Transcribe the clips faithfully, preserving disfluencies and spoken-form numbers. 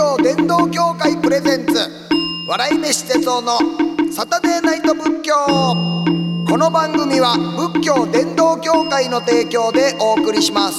教伝道協会プレゼンツ笑い飯哲夫のサタデーナイト仏教。この番組は仏教伝道協会の提供でお送りします。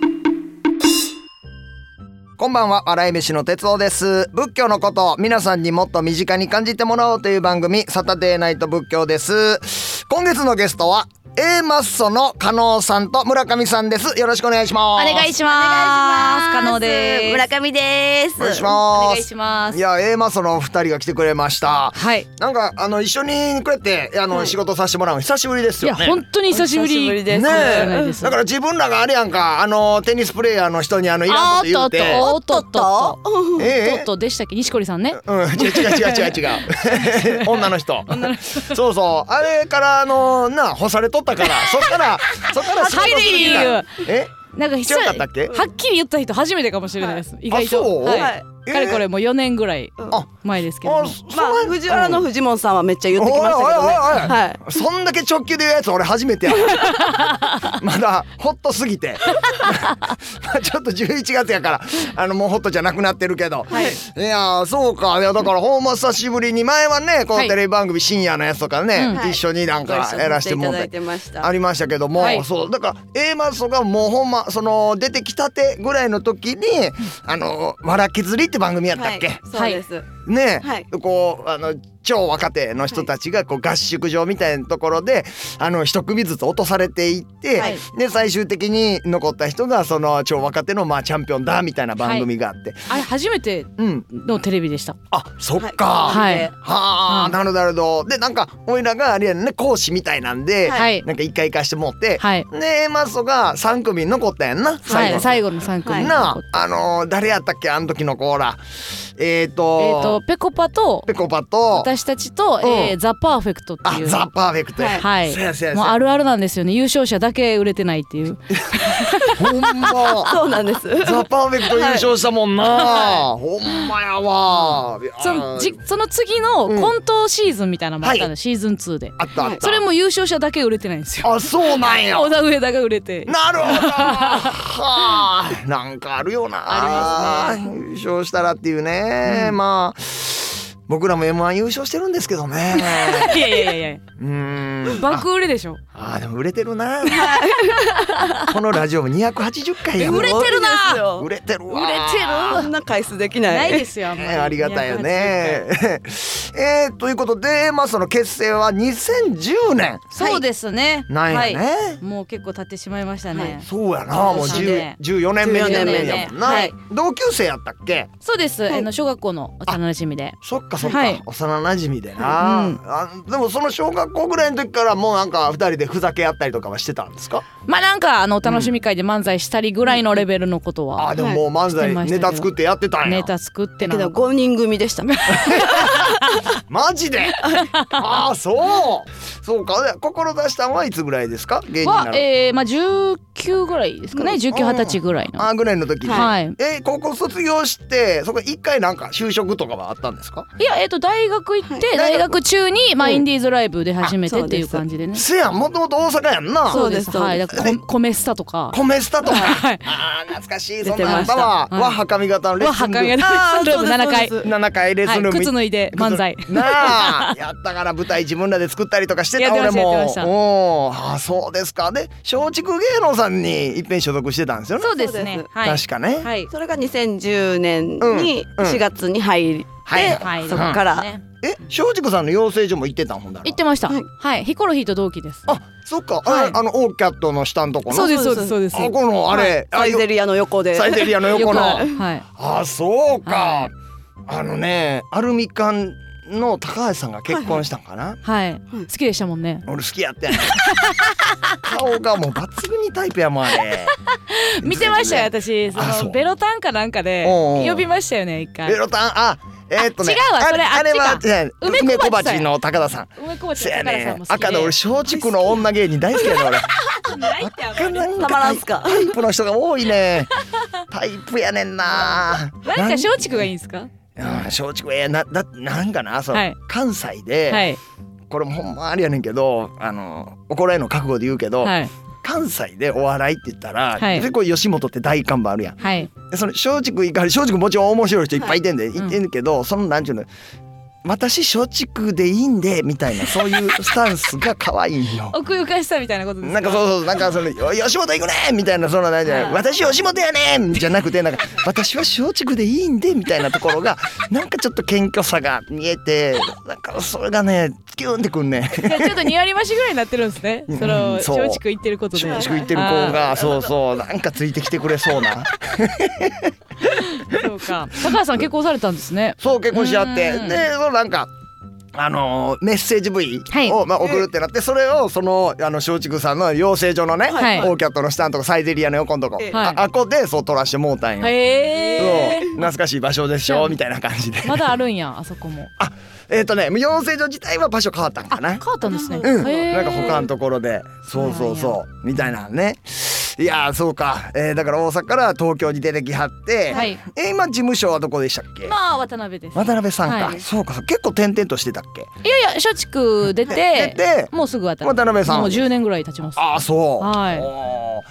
こんばんは、笑い飯の哲夫です。仏教のことを皆さんにもっと身近に感じてもらおうという番組、サタデーナイト仏教です。今月のゲストは A マッソの加納さんと村上さんです。よろしくお願いします。 お願いします。加納です。 村上です。 お願いします。 お願いします。 いや A マッソのお二人が来てくれました。 はい。 なんかあの一緒にこうやってあの、はい、仕事させてもらうの久しぶりですよね。 いや本当に久しぶり。 久しぶりですねえ。だから自分らがあれやんか、あのテニスプレーヤーの人にあのいらんこと言うて、 おっとっとおっとっとええおっとでしたっけ、錦織さんね。 うん、違う違う違う違う違う女の人。 女の人。 そうそうあれからあのな干されとったから、そっからそっから仕事する気ない。えなんか違かったっけ？ はっきり言った人初めてかもしれないです。 はい、 意外と。 あそう？ はい。 はいかれこれもうよねんぐらい前ですけども。 あまあ藤原の藤本さんはめっちゃ言ってきましたけどね。 おいおいおいおい、 はい。 そんだけ直球で言うやつ俺初めてや。まだホットすぎて。まあちょっとじゅういちがつやからあのもうホットじゃなくなってるけど。 はい。 いやそうか。いやだからほんま久しぶりに、前はねこのテレビ番組深夜のやつとかね、 うん一緒になんかやらせてもらってありましたけども、 はい、 そうだから A マッソがもうほんまその出てきたてぐらいの時にあのわら削りって番組やったっけ？ はい、そうです。 ね、 はい、 こうあの超若手の人たちがこう合宿場みたいなところであの一組ずつ落とされていって、はい、で最終的に残った人がその超若手のまあチャンピオンだみたいな番組があって、 はい、あれ初めてのテレビでした。うん、 あ、そっか。 はい。 はあ、なるほどなるほど。でなんかおいらがあれやね講師みたいなんで、はい、なんか一回行かしてもらって、はい、でマストがさん組残ったやんな。最後の、 はい、最後のさん組なあのー、誰やったっけあの時のコーラ。えーとえーとペコパとペコパと私たちと、うんえー、ザ・パーフェクトっていう。 あ、ザ・パーフェクトや。 はい。 そうやそうやそうや。 もうあるあるなんですよね。優勝者だけ売れてないっていう。 ほんま。 そうなんです。 ザ・パーフェクト優勝したもんな。はい、ほんまやわ。 そのじその次のコントシーズンみたいなのもあったの、うん、シーズンツーで。 あったあった。 それも優勝者だけ売れてないんですよ。 あ、そうなんや。 小田上田が売れて。 なるほど。はあ、なんかあるよな。 ありますね。 優勝したらっていうね。うん、まあ。僕らも エムワン 優勝してるんですけどね。 いやいやいやいや。 うーん。 爆売れでしょ。 ああでも売れてるな。このラジオもにひゃくはちじゅっかいやもん。 売れてるな。 売れてるわ。 売れてる。 そんな回数できない。 ないですよ。あんまりありがたいよね。えー、ということで、まあその結成はにせんじゅうねん。 そうですね。 なんやね、はい。 もう結構経ってしまいましたね。はい、 そうやな。もうじゅうよねんめになるやもんな。はい、同級生やったっけ？ そうです。はい、あの小学校の幼馴染で。 そっかそっか。はい、幼馴染でな、うん。あでもその小学校ぐらいの時からもうなんかふたりでふざけ合ったりとかはしてたんですか？ まあなんかあのお楽しみ会で漫才したりぐらいのレベルのことは、うん、 あでももう漫才ネタ作ってやってたんや。 ネタ作ってなけどごにん組でした。 マジで？ああそうそうか。志したのはいつぐらいですか？芸人になる。 はえー、まあじゅうきゅうぐらいですかね。じゅうきゅう、はたちぐらいの。 あぐらいの時に。 はい。 えー、高校卒業してそこ一回なんか就職とかはあったんですか？ いやえっ、ー、と大学行って、はい、大学中にまあインディーズライブで初めてっていう感じでね。 せやん、もともと大阪やんな。 そうです。はい。だからコメスタとか。 コメスタとか。はい。ああ懐かしい。そんなんあったわ。和羽髪型のレッスンルーム。 和羽髪型のレッスンルームななかい。 ななかいレッスンルーム。 靴脱いで漫才。 なあやったから舞台自分らで作ったりとかしてた俺も。おお、あそうですか。で松竹芸能さんにいっぺん所属してたんですよね。 そうですね。 確かね。 はい。それがにせんじゅうねんにしがつに入り。はい、そこから、ね、 え松竹さんの養成所も行ってたん？ほんだら行ってました。はい、はい、ヒコロヒーと同期です。 あ、そっか、はい、あのオーキャットの下のとこの。 そうですそうですそうです。 あこのあれ、 はい、サイゼリアの横で。 サイゼリアの横の。 はい。 あ、そうか。はい、あのね、アルミ缶の高橋さんが結婚したんかな。 はい、はい、好きでしたもんね。 俺好きやってん。顔がもう抜群にタイプやもんあれ。 見てましたよ私。そのベロタンかなんかで呼びましたよね一回。 ベロタン、あえー、っとね、 違うわそれあっちか。 梅小鉢の高田さん。 梅小鉢の高田さんも好きで。 赤で俺松竹の女芸人大好きやね俺。 たまらんすか。 タイプの人が多いね。タイプやねんな。 なんか松竹がいいんですか？ 松竹えなだなんかなそう、はい、関西で、はい、これもほんまあれやねんけどあの怒られるの覚悟で言うけど、はい、 関西でお笑いって言ったら、 はい、 結構吉本って大看板あるやん、 はい、 でその松竹以外松竹もちろん面白い人いっぱいいてんで、はい、いてんけど、うん、そのなんちゅうの私松竹でいいんでみたいなそういうスタンスが可愛いんよ。 奥ゆかしさみたいなことですか。 なんかそうそうなんかその吉本行くねみたいなそんななんじゃない、はい、私吉本やねんじゃなくてなんか私は松竹でいいんでみたいなところがなんかちょっと謙虚さが見えてなんかそれがねキュンってくんね。 ちょっとに割増しぐらいになってるんですね。その松竹行ってることで。 松竹行ってる子がそうそうなんかついてきてくれそうな。 そうか。高橋さん結婚されたんですね。 そう結婚し合ってでそうなんか。あのー、メッセージ ブイ を、はい、まあ、送るってなってそれをそのあの松竹さんの養成所のね、はい、オーキャットの下のとこサイゼリアの横のとこ、はい、あ, あこでそう撮らしてもうたんよ。へー、そう懐かしい場所でしょみたいな感じで。 まだあるんやあそこも。 あえっ、ー、とね養成所自体は場所変わったんかな。 変わったんですね。 うんなんか他のところでそうそうそうみたいなね。いやそうか、えー、だから大阪から東京に出てきはって、はい、えー、今事務所はどこでしたっけ。 まあ渡辺です。 渡辺さんか、はい、そうか結構転々としてたっけ。 いやいや松竹出て出てもうすぐ渡辺、渡辺さんもうじゅうねんぐらい経ちます。 ああそう、 はい、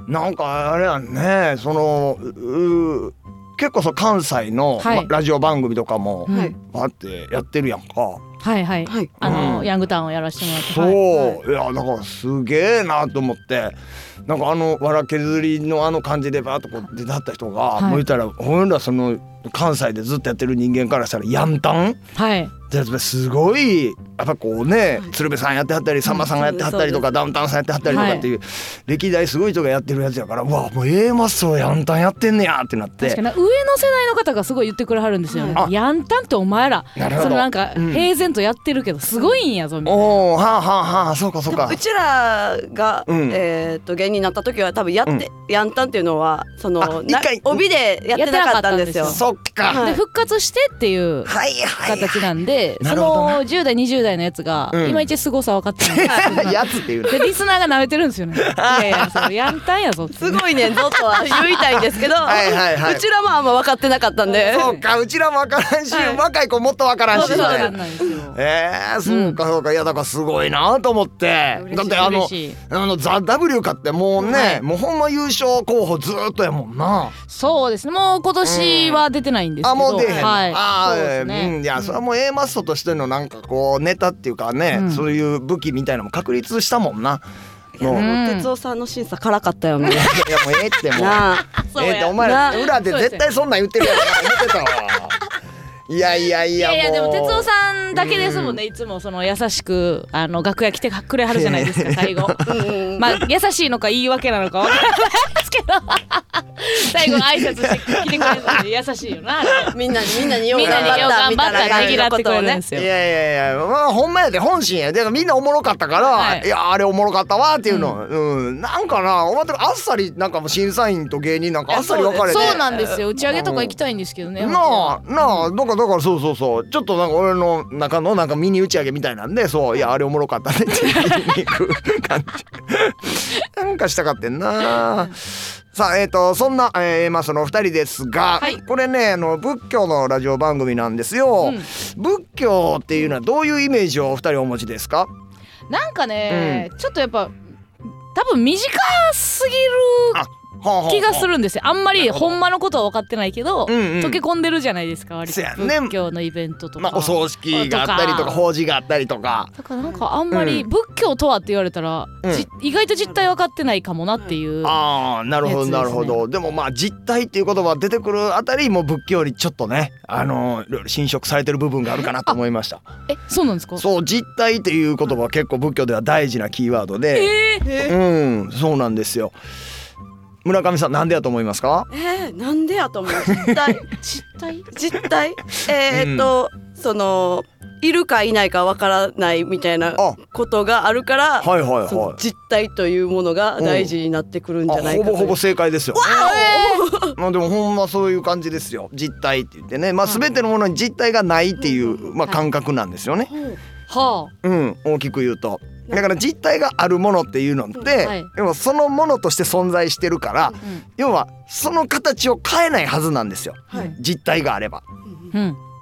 なんかあれやんねそのう結構そう関西の、はいま、ラジオ番組とかも、はい、あってやってるやんか。 はいはい、はい、あの、うん、ヤングタウンをやらせてもらって。 そう、はい、いやだからすげえなと思ってなんかあのわら削りのあの感じでバーッとこう出てはった人が、はい、もう言ったらほんらその関西でずっとやってる人間からしたらヤンタン、はい、すごいやっぱこうね、はい、鶴瓶さんやってはったりさんまさんがやってはったりとか、うん、ダウンタウンさんやってはったりとかっていう、はい、歴代すごい人がやってるやつやからうわもう A マッソヤンタンやってんねやってなって。 確かに上の世代の方がすごい言ってくれはるんですよね。ヤンタンってお前らそのなんか平然とやってるけどすごいんやぞみたいな、うん、 おーはあはあはあそうかそうか。 うちらが、うん、えー、っと芸人になった時は多分やって、うん、ヤンタンっていうのはその一回帯でやってなかったんですよ。 そっか、 はい、で復活してっていう形なんで、はいはいはい、そのじゅう代にじゅう代のやつが、うん、いまいち凄さ分かってないやつっていうのでリスナーが舐めてるんですよね。いやいやそのヤンタンやぞってすごいねぞとは言いたいんですけどはいはい、はい、うちらもあんま分かってなかったんで。 そうかうちらも分からんし、はい、若い子もっと分からんし、ね、 そうなんですよ。 えー、そうかそうか、うん、いやだからすごいなと思って。だってあのあのザ・ W かってもうね、はい、もうほんま優勝候補ずっとやもんな。 そうですねもう今年は出てないんですけど、うん、あもう出へん、 はい、あそうですね、うん、いやそれはもう A マッソとしてのなんかこうネタっていうかね、うん、そういう武器みたいなのも確立したもんな。 もう、うん、哲夫さんの審査辛かったよね。いやもうええってもうええってお前ら裏で絶対そんなん言ってるやろ言ってたわ。いやいやいやいやいやでも哲夫さんだけですもんね、うん、いつもその優しくあの楽屋来てくれはるじゃないですか最後まあ優しいのか言い訳なのか分からないですけど最後挨拶して来てくれるので優しいよなみんなにみんなによう頑張ったねぎらってくれるんですよ。 いやいやいやまあほんまやで本心やでみんなおもろかったから、はい、いやあれおもろかったわっていうの、うんうん、なんかなお前とあっさりなんかもう審査員と芸人なんかあっさり分かれてそうなんですよ打ち上げとか行きたいんですけどね、うん、 なあなあどっかだからそうそうそうちょっとなんか俺の中のなんかミニ打ち上げみたいなんでそういやあれおもろかったねって言いに行く感じなんかしたかってんな。さあえーとそんな、えーまあ、そのふたりですが、はい、これねあの仏教のラジオ番組なんですよ、うん、仏教っていうのはどういうイメージをお二人お持ちですか。 なんかね、うん、ちょっとやっぱ多分短すぎる気がするんですよ。あんまりほんまのことは分かってないけど、うんうん、溶け込んでるじゃないですか割と、ね、仏教のイベントとか、 まあ、お葬式があったりとか法事があったりとかだからなんかあんまり仏教とはって言われたら、うん、意外と実態分かってないかもなっていう、うん、 ああなるほどなるほど。でもまあ実態っていう言葉出てくるあたりも仏教よりちょっとねあのいろいろ侵食されてる部分があるかなと思いました。 えそうなんですか。 そう実態っていう言葉は結構仏教では大事なキーワードで、えー、うんそうなんですよ。村上さんなんでやと思いますか。 えー、なんでやと思う実態実態実態えー、っと、うん、そのいるかいないかわからないみたいなことがあるから、はいはいはい、実態というものが大事になってくるんじゃないかと、 うん、ほぼほぼ正解ですよ、ね。まあでもほんまそういう感じですよ実態って言ってね、まあ、全てのものに実態がないっていう、まあ、感覚なんですよね。はあ、うん、大きく言うとだから実体があるものっていうのって、はい、要はそのものとして存在してるから、うん、要はその形を変えないはずなんですよ、はい、実体があれば、うん、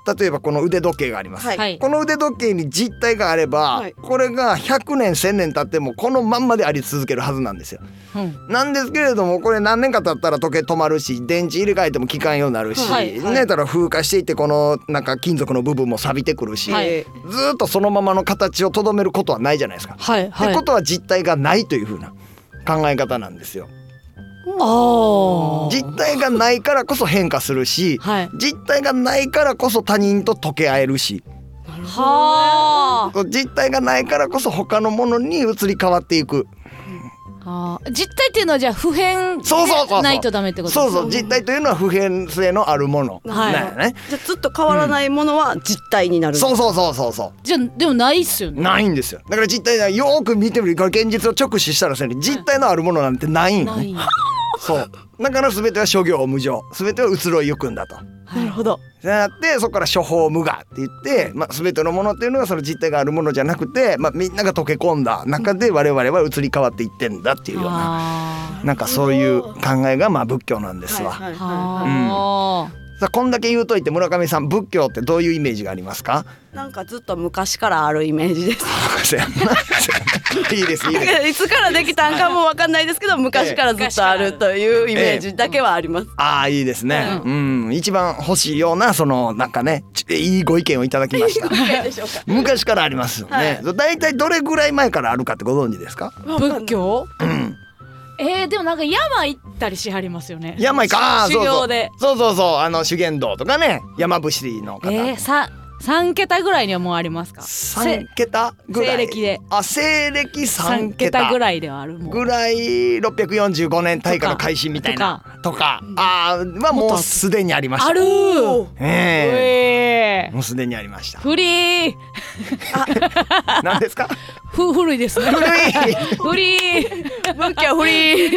例えばこの腕時計があります、 はい、 この腕時計に実体があれば、はい、これがひゃくねんせんねん経ってもこのまんまであり続けるはずなんですよ、うん、なんですけれどもこれ何年か経ったら時計止まるし電池入れ替えても効かんようになるし、はいはい、ねたら風化していってこのなんか金属の部分も錆びてくるし、はい、ずっとそのままの形をとどめることはないじゃないですか、はいはい、ってことは実体がないという風な考え方なんですよ。あ実体がないからこそ変化するし、はい、実体がないからこそ他人と溶け合えるし、はあ、実体がないからこそ他のものに移り変わっていく。 あ実体っていうのはじゃあ普遍でないとダメってことですか？ そうそう実体というのは普遍性のあるものなんやね、はい、 じゃあずっと変わらないものは実体になる、うん、 そうそうそうそうそうじゃあでもないっすよね。 ないんですよ。だから実体はよーく見てみるから現実を直視したらですね実体のあるものなんてないんよね。そうだから全ては諸行無常全ては移ろいゆくんだと。 なるほど。 そうやってそこから諸法無我って言って、まあ、全てのものっていうのがその実体があるものじゃなくて、まあ、みんなが溶け込んだ中で我々は移り変わっていってんだっていうようななんかそういう考えがまあ仏教なんですわ。はいはいはいうんさあこんだけ言うといて村上さん仏教ってどういうイメージがありますか？ なんかずっと昔からあるイメージです。 いいですいいです。 いつからできたんかもわかんないですけど昔からずっとあるというイメージだけはあります。 ええうん、ああいいですね、うん、うん、一番欲しいようなそのなんかねいいご意見をいただきました。昔からありますよね、はい、だいたいどれぐらい前からあるかってご存知ですか？ 仏教、 うんえー、でもなんか山行ったりしはりますよね。 山か修行でそうそうそうそうあの修験道とかね山伏の方、 えー、ささん桁ぐらいにはもうありますか？ さん桁ぐらい西暦であ西暦さん桁さん桁ぐらいではあるもうぐらいろっぴゃくよんじゅうごねん大化の改新みたいなとか、とかあはもうすでにありました。 あるーえー、もうすでにありました。 古いあ何ですか？ ふ古いですね。 古い古い仏教古い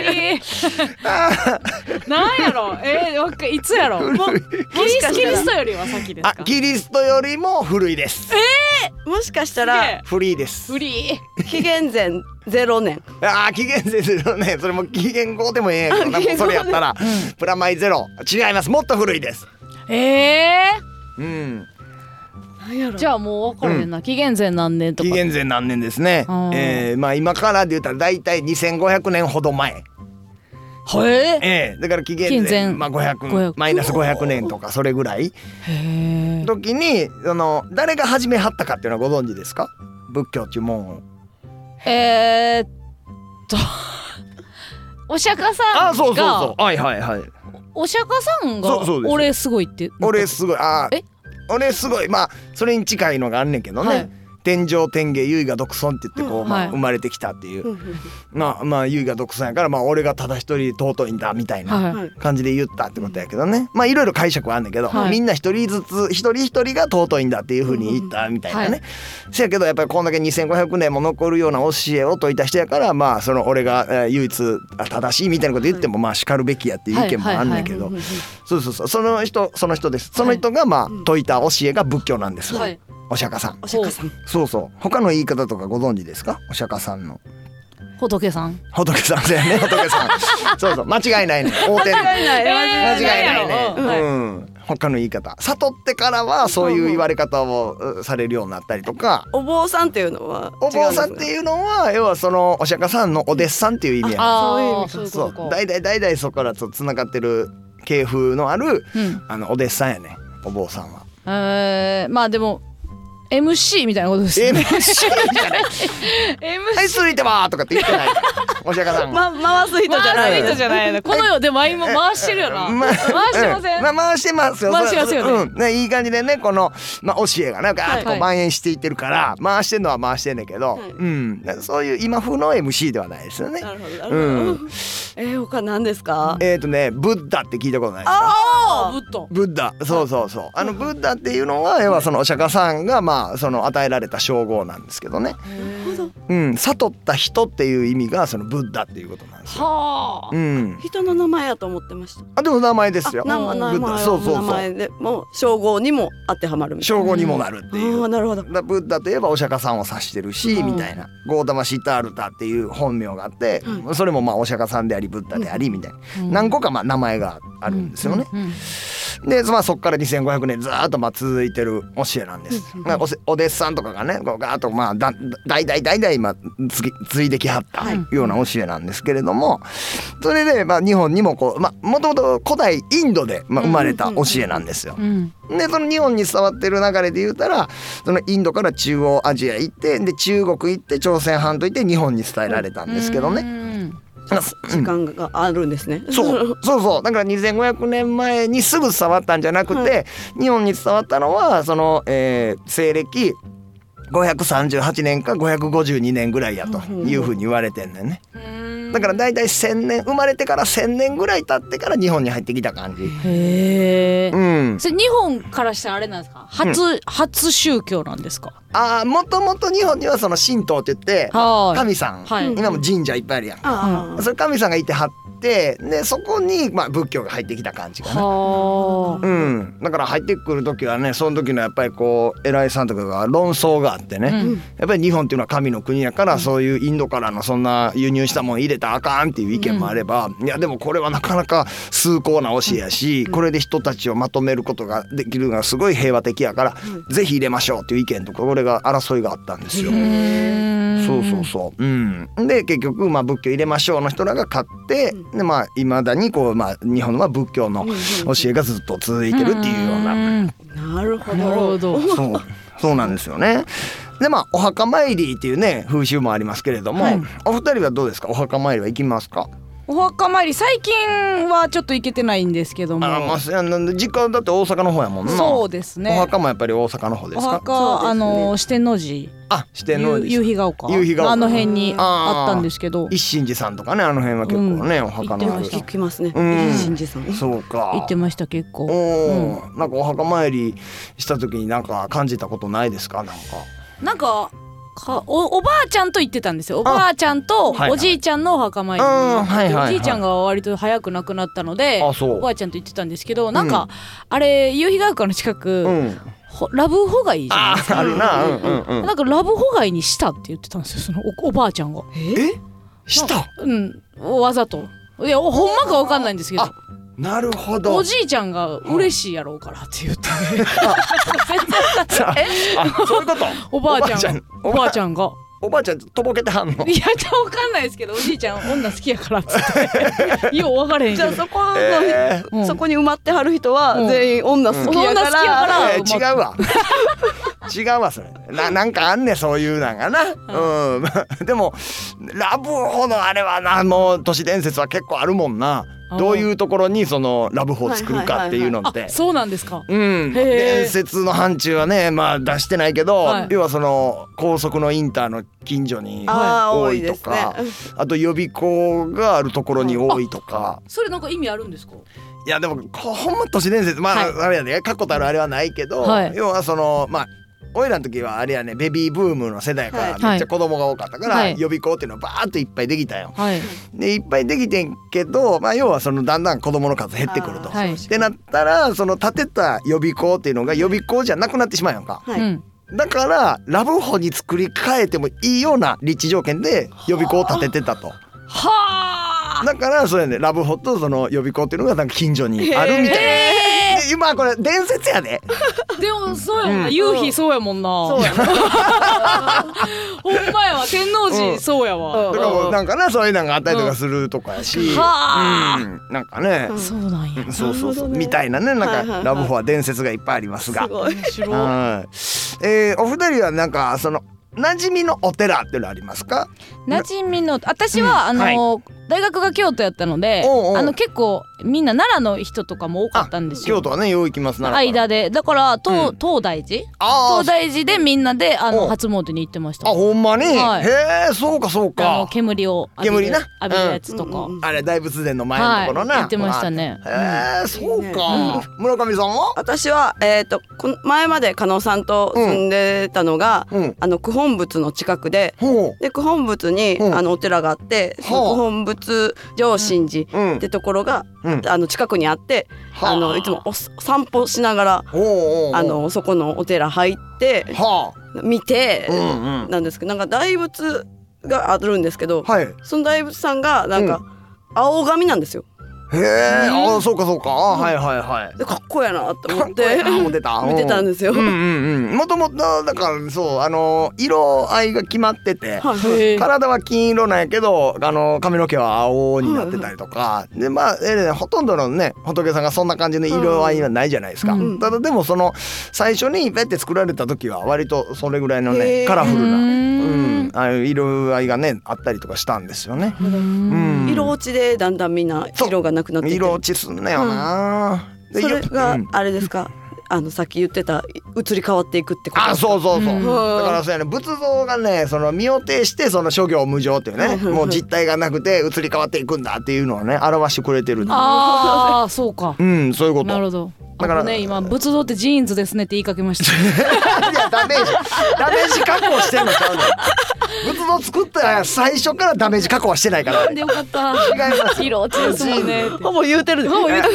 なんやろえー、いつやろもうキリスキリストよりは先ですか？ あキリストよりも古いです。 えー、もしかしたら古いです。 古い紀元前ゼロねんあ紀元前ゼロねんそれも紀元後でもええんやけどなそれやったら、うん、プラマイゼロ違いますもっと古いです。 ええー、うんじゃあもう分からへんな、うん、紀元前何年とか紀元前何年ですね、えー、まあ今からで言ったらだいたいにせんごひゃくねんほど前へええー、だから紀元前まあごひゃくマイナスごひゃくねんとかそれぐらいへ時にその誰が始めはったかっていうのはご存知ですか？仏教っていうもんをえー、っとお釈迦さんがあそうそうそうはいはいはいお釈迦さんが俺すごいって俺すごいあえ俺すごいまあそれに近いのがあんねんけどね、はい、天上天下唯我独尊って言ってこう、うんまあ、生まれてきたっていう、はい、まあまあ唯我独尊やからまあ俺がただ一人尊いんだみたいな感じで言ったってことやけどね、まあいろいろ解釈はあんねんけど、はい、みんな一人ずつ一人一人が尊いんだっていう風に言ったみたいなね、はい、せやけどやっぱりこんだけにせんごひゃくねんも残るような教えを説いた人やからまあその俺が唯一正しいみたいなこと言ってもまあ叱るべきやっていう意見もあんねんけどそうそうそうその人その人ですその人がまあ説いた教えが仏教なんです、はいお釈迦さん。 お釈迦さん。 そうそう。他の言い方とかご存知ですか？お釈迦さんの。 仏さん。 仏さんだよね。仏さん。そうそう。間違いないね。大手。間違いない。間違いないね。うん。他の言い方。悟ってからはそういう言われ方をされるようになったりとか。 お坊さんっていうのは。 お坊さんっていうのは要はそのお釈迦さんのお弟子さんっていう意味や。 ああ、そういう意味。そう。 代々代々そこからつながってる系譜のある、うん、あのお弟子さんやね。お坊さんは。 えー、まあでも。エムシー みたいなことですね。エムシーじゃない。はい続いてはとかって言ってない。お釈迦さんが、ま、回す人じゃない。 回す人じゃない。この世でも今回してるよな。ま、回してません。 まあ回してますよ。 回してますよね。 うんねいい感じでねこのまあ教えがなんかガーッと蔓延していってるから、はい、回してんのは回してんだけど、はい、うんそういう今風の エムシー ではないですよね。 なるほどなるほど。うん、えー、他何ですか？ えっ、ー、とねブッダって聞いたことないですか？ ああブッダ。 ブッダそうそうそうあのブッダっていうのは要はそのお釈迦さんがまあその与えられた称号なんですけどね、うん、悟った人っていう意味がそのブッダっていうことなんですよ。 はあ、 うん、 人の名前やと思ってました。 あでも名前ですよ。 名前名前そうそうそう名前でも称号にも当てはまるみたいな。 称号にもなるっていう。 あなるほど。 だブッダといえばお釈迦さんを指してるしみたいな。ゴータマシッタールタっていう本名があって、うん、それもまあお釈迦さんでありブッダでありみたいな、うん、何個かまあ名前があるんですよね。 うんうんうんで、まあ、そこからにせんごひゃくねんずーっとまあ続いてる教えなんです。まあ、おせお弟子さんとかがねこうガーッとまあだ代々代々今つぎ継いできはったような教えなんですけれども、それでまあ日本にもこうまあもともと古代インドでまあ生まれた教えなんですよ。でその日本に伝わってる流れで言うたらそのインドから中央アジア行ってで中国行って朝鮮半島行って日本に伝えられたんですけどね。 時間があるんですね。 そうそうそうだからにせんごひゃくねんまえにすぐ伝わったんじゃなくて、はい、日本に伝わったのはその、えー、西暦ごひゃくさんじゅうはちねんかごひゃくごじゅうにねんぐらいやというふうに言われてんねんね。だからだいたいせんねん生まれてからせんねんぐらい経ってから日本に入ってきた感じ。 へえ、うん、それ日本からしたらあれなんですか、初、うん、初宗教なんですか。 ああ、もともと日本にはその神道って言って神さん、はい、今も神社いっぱいあるやんか、うん、それ神さんがいてはってでそこにまあ仏教が入ってきた感じかな。うん、だから入ってくる時はねその時のやっぱりこう偉いさんとかが論争があってね、うん、やっぱり日本っていうのは神の国やから、うん、そういうインドからのそんな輸入したもん入れたらあかんっていう意見もあれば、うん、いやでもこれはなかなか崇高な教えやし、うん、これで人たちをまとめることができるのがすごい平和的やから、うん、ぜひ入れましょうっていう意見とかこれが争いがあったんですよ。そうそうそう、うん、で結局まあ仏教入れましょうの人らが勝ってでまあ未だにこうまあ日本は仏教の教えがずっと続いてるっていうような。 なるほど。 そうそうなんですよね。でまあお墓参りっていうね風習もありますけれども、はい、お二人はどうですか。お墓参りは行きますか。 お墓参り最近はちょっと行けてないんですけども。 あ、まあ、実家だって大阪の方やもんな。 そうですね。 お墓もやっぱり大阪の方ですか。 お墓、ね、あの四天王寺。 あ、四天王寺。 夕日が丘。 夕日が丘。 あの辺にあったんですけど。 一心寺さんとかねあの辺は結構ね、うん、お墓の。 行きますね。 うん、 一心寺さん。 そうか。 行ってました結構。 お、うん、なんかお墓参りした時になんか感じたことないですか。なんか。 なんか。お, おばあちゃんと行ってたんですよ。おばあちゃんとおじいちゃんのお墓参りに、はいはい、おじいちゃんが割と早く亡くなったのでおばあちゃんと行ってたんですけど、なんか、うん、あれ夕日が丘の近く、うん、ラブホ街じゃないですか。 あるな、うんうんうん、 なんかラブホ街にしたって言ってたんですよその お, おばあちゃんが。 えした、 うん、わざと。いやほんまかわかんないんですけど。 なるほど。 おじいちゃんが嬉しいやろうからって言って、うん、 えあそういうこと。 おばあちゃんおばあちゃんがおばあちゃんとぼけてはんの。 いやわかんないですけどおじいちゃん女好きやからっつってよう分かれへんけど。 じゃあそこの、えー、そこに埋まってはる人は全員女好きやから、うん、女好きやから、 えー、違うわ違うわそれ な, なんかあんねそういうなんかな、うん、でもラブホのあれはなもう都市伝説は結構あるもんな。どういうところにそのラブホを作るかっていうのって、 そうなんですか。 うん、伝説の範疇はねまあ出してないけど、はい、要はその高速のインターの近所に多いとか、 あ, い、ね、あと予備校があるところに多いとか。 それなんか意味あるんですか。 いやでもほんま都市伝説まあ、はい、あれやね確固たるあれはないけど、はい、要はそのまあおいらの時はあれやねベビーブームの世代からめっちゃ子供が多かったから、はい、予備校っていうのはバーッといっぱいできたよ、はい、でいっぱいできてんけど、まあ、要はそのだんだん子供の数減ってくると、はい、ってなったらその建てた予備校っていうのが予備校じゃなくなってしまうやんか、はい、だからラブホに作り変えてもいいような立地条件で予備校を建ててたと。はあ。だからそうやねラブホとその予備校っていうのがなんか近所にあるみたいな。今これ伝説やで。 でもそうやもんな、うん、夕日そうやもんな。そうやなほんまやわ天王寺、うん、そうやわ。 だからもうなんかなそういうのがあったりとかするとかやし、うん、はあ、うん、なんかね、 うん、そうなんや、 そうそうそう、ね、みたいなねなんか、はいはいはい、ラブホは伝説がいっぱいありますが、すごい面白い、はい、えー、お二人はなんかその馴染みのお寺ってのありますか。 馴染みの私は、うん、あの、はい、大学が京都やったのでおうおうあの結構みんな奈良の人とかも多かったんですよ。 京都はねよう行きます奈良から間でだから東、うん、東大寺東大寺でみんなであの初詣に行ってました。 あほんまに、はい、へえそうかそうか。 あの煙を浴びる、な浴びるやつとか、 うん、あれ大仏殿の前のところな、 はい、行ってましたね。 へえそうか、うん、村上さんは。 私は、えー、と前まで加納さんと住んでたのが、うん、あの九本仏の近くで、うん、で九本仏に、うん、あのお寺があって、うん、その九本仏上神寺ってところが、うん、あの近くにあって、うん、あのいつもお散歩しながらあのそこのお寺入って見て、うんうん、なんですけどなんか大仏があるんですけど、はい、その大仏さんがなんか青髪なんですよ。 へえ、あ、そうかそうか、あ、はいはいはい。 でかっこいいなと思って思ってた見てたんですよ。 うんうんうん。もともとだからそう、あの色合いが決まってて、 はい、 体は金色なんやけど、あの髪の毛は青になってたりとか、でまあ、えー、ほとんどのね仏さんがそんな感じの色合いはないじゃないですか。うん、ただでもその最初にペッて作られた時は割とそれぐらいのねカラフルな、うん、ああいう色合いがねあったりとかしたんですよね。うん、 色落ちでだんだんみんな色がなくなっていって、 色落ちすんなよな、 うん、それがあれですか、うん、あのさっき言ってた移り変わっていくってこと。 あ、そうそうそう、うん、だからそうやね、仏像がねその身を挺してその諸行無常っていうね、もう実体がなくて移り変わっていくんだっていうのをね表してくれてる。 ああそうか、 うん、そういうこと。 なるほど。だからね、今仏像ってジーンズですねって言いかけましたいやダメージダメージ加工してんのちゃうの。仏像作ったら最初からダメージ加工はしてないから。 なんでよかった。 違います。 色落ちですもんね。 ほぼ言うてるで。ほぼ言うてる。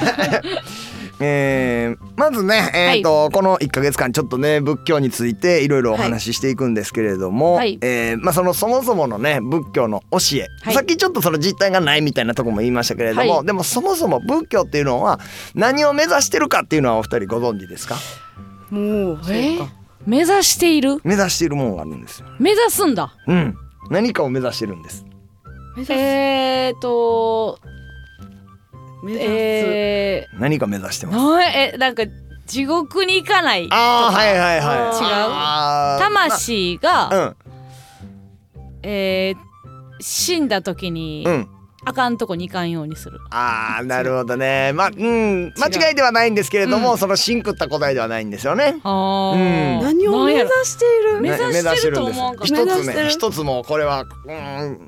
えー、まずね、えーとはい、このいっかげつかんちょっとね仏教についていろいろお話ししていくんですけれども、はい、えーまあ、そのそもそものね仏教の教え、はい、さっきちょっとその実態がないみたいなとこも言いましたけれども、はい、でもそもそも仏教っていうのは何を目指してるかっていうのはお二人ご存知ですか？ もう、 えー、目指している目指しているものがあるんですよ。 目指すんだ。 うん、何かを目指してるんです。 えーと目指す、 えー、何か目指してます。 えなんか地獄に行かないとか。 あー、はいはいはい。 違う。魂が、 ま、うん、 えー、死んだ時に、うん、あかんとこに行かんようにする。 あー、なるほどね。ま、うん、間違いではないんですけれども、うん、その芯食った答えではないんですよね。 あ、うん、 何を目指している？ 目指してると思うか。 一つね、一つもこれは、うん、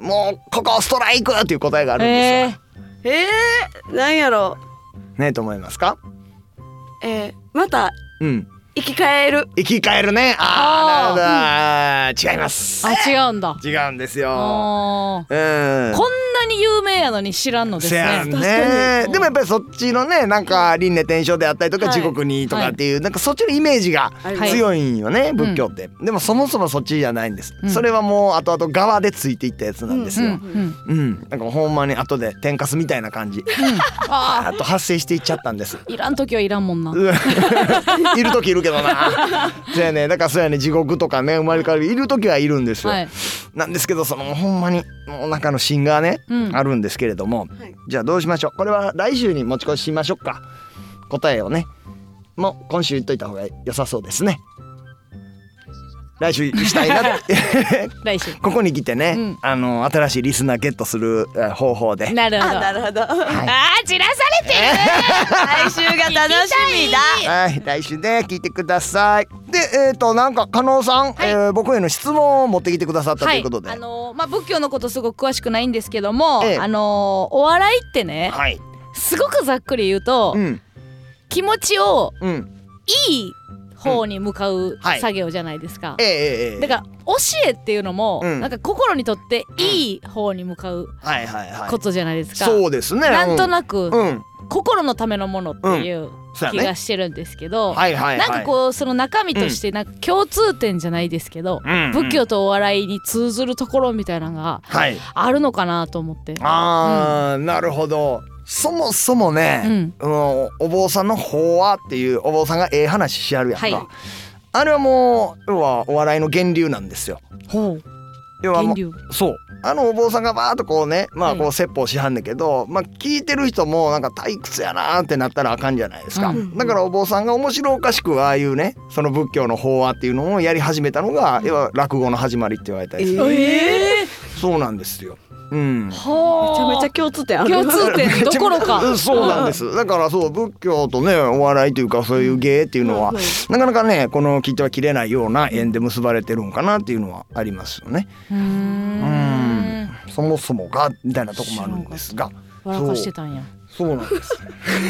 もうここストライクっていう答えがあるんですよ。 えー、なんやろうねと思いますか？ えー、また、 うん、 生き返る。 生き返るね。あー、なるほど、うん、違います。 あ、違うんだ。 違うんですよ。 うん、こんなに有名やのに知らんのですね。 ね、でもやっぱりそっちのね、なんか輪廻転生であったりとか、はい、地獄にとかっていう、はい、なんかそっちのイメージが強いんよね、はい、仏教って、うん、でもそもそもそっちじゃないんです、うん、それはもう後々側でついていったやつなんですよ。うん、うんうん、なんかほんまに後で天かすみたいな感じ、うん、あと発生していっちゃったんです。 いらん時はいらんもんな。 いる時いるけどな。そうやね、だからそうやね、地獄とかね生まれ変わりいる時はいるんですよ、はい、なんですけどそのほんまにお腹の芯がね、うん、あるんですけれども、はい、じゃあどうしましょう。これは来週に持ち越しましょうか。答えをねもう今週言っといた方が良さそうですね。来週したいなって来週ここに来てね、うん、あの新しいリスナーゲットする方法で。 なるほどなるほど、はい、 あー、散らされてる来週が楽しみだ。 はい、来週ね聞いてください。で、えーとなんか加納さん、はい、えー、僕への質問を持ってきてくださったということで、 はい、あのー、まあ仏教のことすごく詳しくないんですけども、ええ、あのー、お笑いってね、はい、すごくざっくり言うと、うん、気持ちを、うん、いい方に向かう作業じゃないですか、 うん、はい、ええ、 だから教えっていうのも、うん、なんか心にとっていい方に向かうことじゃないですか、 そうですね、 なんとなく、うん、心のためのものっていう気がしてるんですけど、なんかこうその中身としてなんか共通点じゃないですけど、うん、仏教とお笑いに通ずるところみたいなのがあるのかなと思って、はい、 あー、うん、なるほど。そもそもね、うん、お坊さんの法話っていうお坊さんがええ話しやるやんか、はい、あれはもう要はお笑いの源流なんですよ。 ほう、 要はもうそうあのお坊さんがバーッとこうね、まあこう説法しはんねんけど、まあ聞いてる人もなんか退屈やなーってなったらあかんじゃないですか、うん、だからお坊さんが面白おかしくああいうねその仏教の法話っていうのをやり始めたのが、要は落語の始まりって言われたりする、 えー、 そうなんですよ。うん、 はあ、めちゃめちゃ共通点ある。 共通点どころかそうなんです。だからそう仏教とねお笑いというかそういう芸っていうのは、うん、なかなかねこの切っては切れないような縁で結ばれてるんかなっていうのはありますよね。うーん、うん、そもそもがみたいなとこもあるんですが、 笑かしてたんや。 そう、そうなんです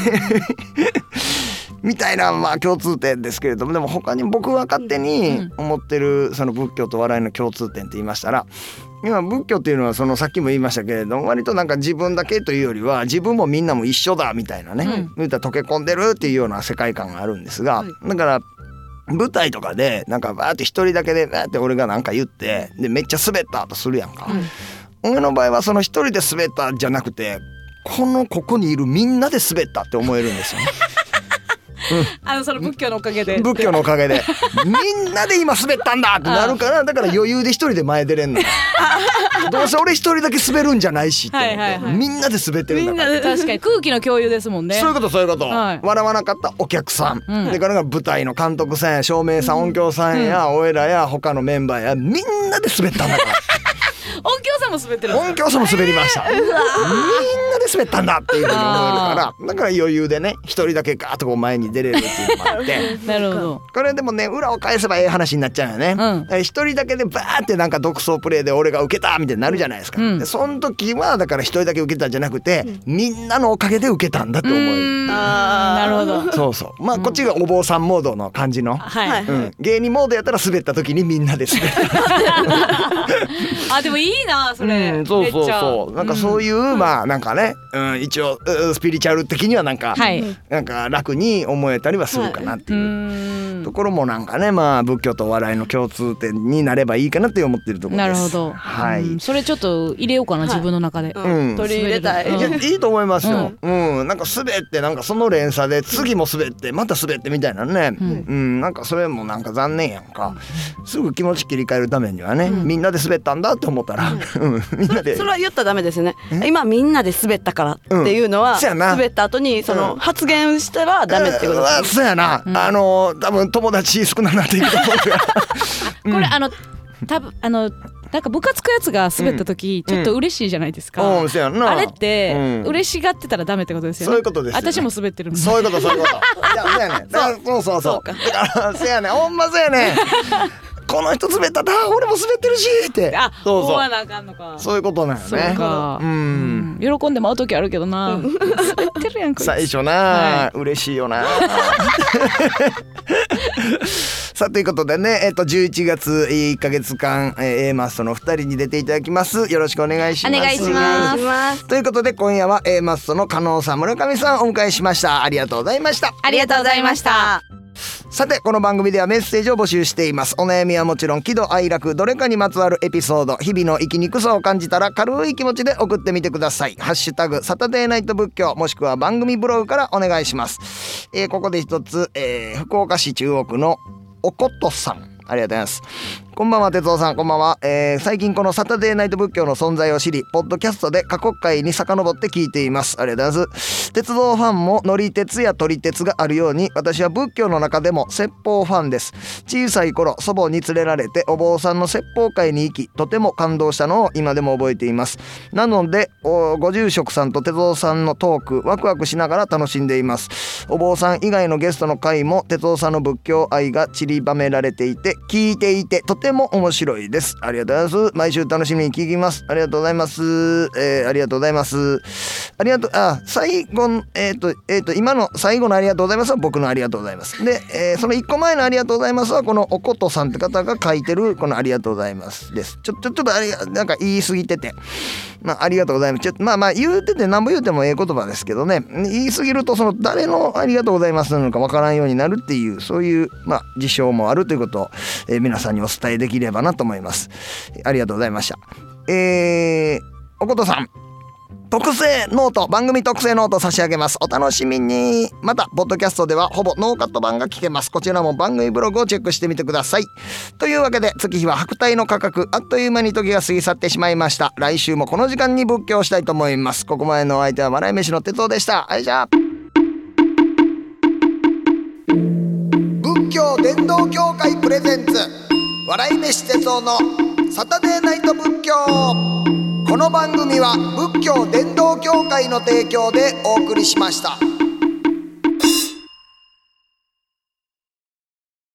みたいなまあ共通点ですけれども、でも他に僕が勝手に思ってるその仏教と笑いの共通点って言いましたら、今仏教っていうのはそのさっきも言いましたけれども割となんか自分だけというよりは自分もみんなも一緒だみたいなね、うん、言うたら溶け込んでるっていうような世界観があるんですが、はい、だから舞台とかでなんかバーって一人だけでバーって俺がなんか言ってでめっちゃ滑ったとするやんか、うん、俺の場合はその一人で滑ったじゃなくてこのここにいるみんなで滑ったって思えるんですよね。 うん、あのその仏教のおかげで仏教のおかげでみんなで今滑ったんだってなるから、だから余裕で一人で前出れんの。どうせ俺一人だけ滑るんじゃないしって思って、はいはいはい、みんなで滑ってるんだから。 みんなで確かに空気の共有ですもんね。 そういうことそういうこと、はい、笑わなかったお客さん、うん、でから舞台の監督さんや照明さん、うん、音響さんや、うん、俺らや他のメンバーやみんなで滑ったんだから。 音響さんも滑ってるんですか？ 音響さんも滑りました、えー、みんなで滑ったんだっていうふうに思えるから、だから余裕でね一人だけガーッとこう前に出れるっていうのもあってなるほど。 これでもね裏を返せばええ話になっちゃうよね、うん、一人だけでバーってなんか独走プレイで俺が受けたみたいになるじゃないですか、うん、でその時はだから一人だけ受けたんじゃなくて、うん、みんなのおかげで受けたんだって思える。 あーなるほど。 そうそうまあ、うん、こっちがお坊さんモードの感じの、はいうん、芸人モードやったら滑った時にみんなで滑ったあでもいいなそれ、 うん、そうそうそうなんかそういう、うん、まあなんかね、うん、一応スピリチュアル的にはなんか、はい、なんか楽に思えたりはするかなっていうところもなんかね、まあ仏教とお笑いの共通点になればいいかなって思ってるところです。 なるほど、はい、うん、それちょっと入れようかな、はい、自分の中で、 うん、取り入れたい。 いやいいと思いますよ、うんうん、なんか滑ってなんかその連鎖で次も滑ってまた滑ってみたいなね、うんうん、なんかそれもなんか残念やんか。すぐ気持ち切り替えるためにはね、うん、みんなで滑ったんだって思ったら、うんうん、みんなでそれは言ったらダメですよね。今みんなで滑ったからっていうのは、うん、滑った後にその発言したらダメってことです、 うん、そうやな、うん、あの多分友達少なくなっていくと思うからこれあの多分あのなんか部活くやつが滑った時、うん、ちょっと嬉しいじゃないですか、うん、あれって、うん、嬉しがってたらダメってことですよね。 そういうことですよね。 私も滑ってるんで。 そういうことそういうこといやそうやねんだからそうそうそうだからそうやねんほんまそうやねんこの人滑っただ俺も滑ってるしってあそうそう思わなあかんのか。 そういうことなんよね。 そうか、うん、喜んでも会う時あるけどな滑ってるやんこいつ最初な、はい、嬉しいよなさあということでね、えっと、じゅういちがついっかげつかん、えー、A マッソのふたりに出ていただきます。よろしくお願いします。 お願いしますということで今夜は A マッソの加納さん村上さんお迎えしました。ありがとうございました。 ありがとうございました。 さてこの番組ではメッセージを募集しています。お悩みはもちろん喜怒哀楽どれかにまつわるエピソード、日々の生きにくさを感じたら軽い気持ちで送ってみてください。ハッシュタグサタデーナイト仏教もしくは番組ブログからお願いします。えー、ここで一つ、えー、福岡市中央区のおことさんありがとうございます。こんばんは哲夫さんこんばんは、えー、最近このサタデーナイト仏教の存在を知りポッドキャストで過去回に遡って聞いています。ありがとうございます。鉄道ファンも乗り鉄や撮り鉄があるように私は仏教の中でも説法ファンです。小さい頃祖母に連れられてお坊さんの説法会に行きとても感動したのを今でも覚えています。なのでご住職さんと哲夫さんのトークワクワクしながら楽しんでいます。お坊さん以外のゲストの回も哲夫さんの仏教愛が散りばめられていて聞いていてとても面白いです。ありがとうございます。毎週楽しみに聞きます。ありがとうございます、えー、ありがとうございます。ありがとうあ最後えっ、ー、とえっ、ー、と今の最後のありがとうございますは僕のありがとうございますで、えー、そのいっこまえのありがとうございますはこのおことさんって方が書いてるこのありがとうございますです。ちょちょちょっとあれなんか言い過ぎててまあありがとうございますちょまあまあ言うてて何ぼ言うてもええ言葉ですけどね言い過ぎるとその誰のありがとうございますなのかわからんようになるっていうそういうまあ事象もあるということを、えー、皆さんにお伝えできればなと思います。ありがとうございました。えー、おことさん特製ノート番組特製ノート差し上げます。お楽しみに。またポッドキャストではほぼノーカット版が聞けます。こちらも番組ブログをチェックしてみてください。というわけで月日は白帯の価格あっという間に時が過ぎ去ってしまいました。来週もこの時間に仏教したいと思います。ここまでのお相手は笑い飯の哲夫でした。はいじゃあ仏教伝道協会プレゼンツ笑い飯哲夫のサタデーナイト仏教。この番組は仏教伝道協会の提供でお送りしました。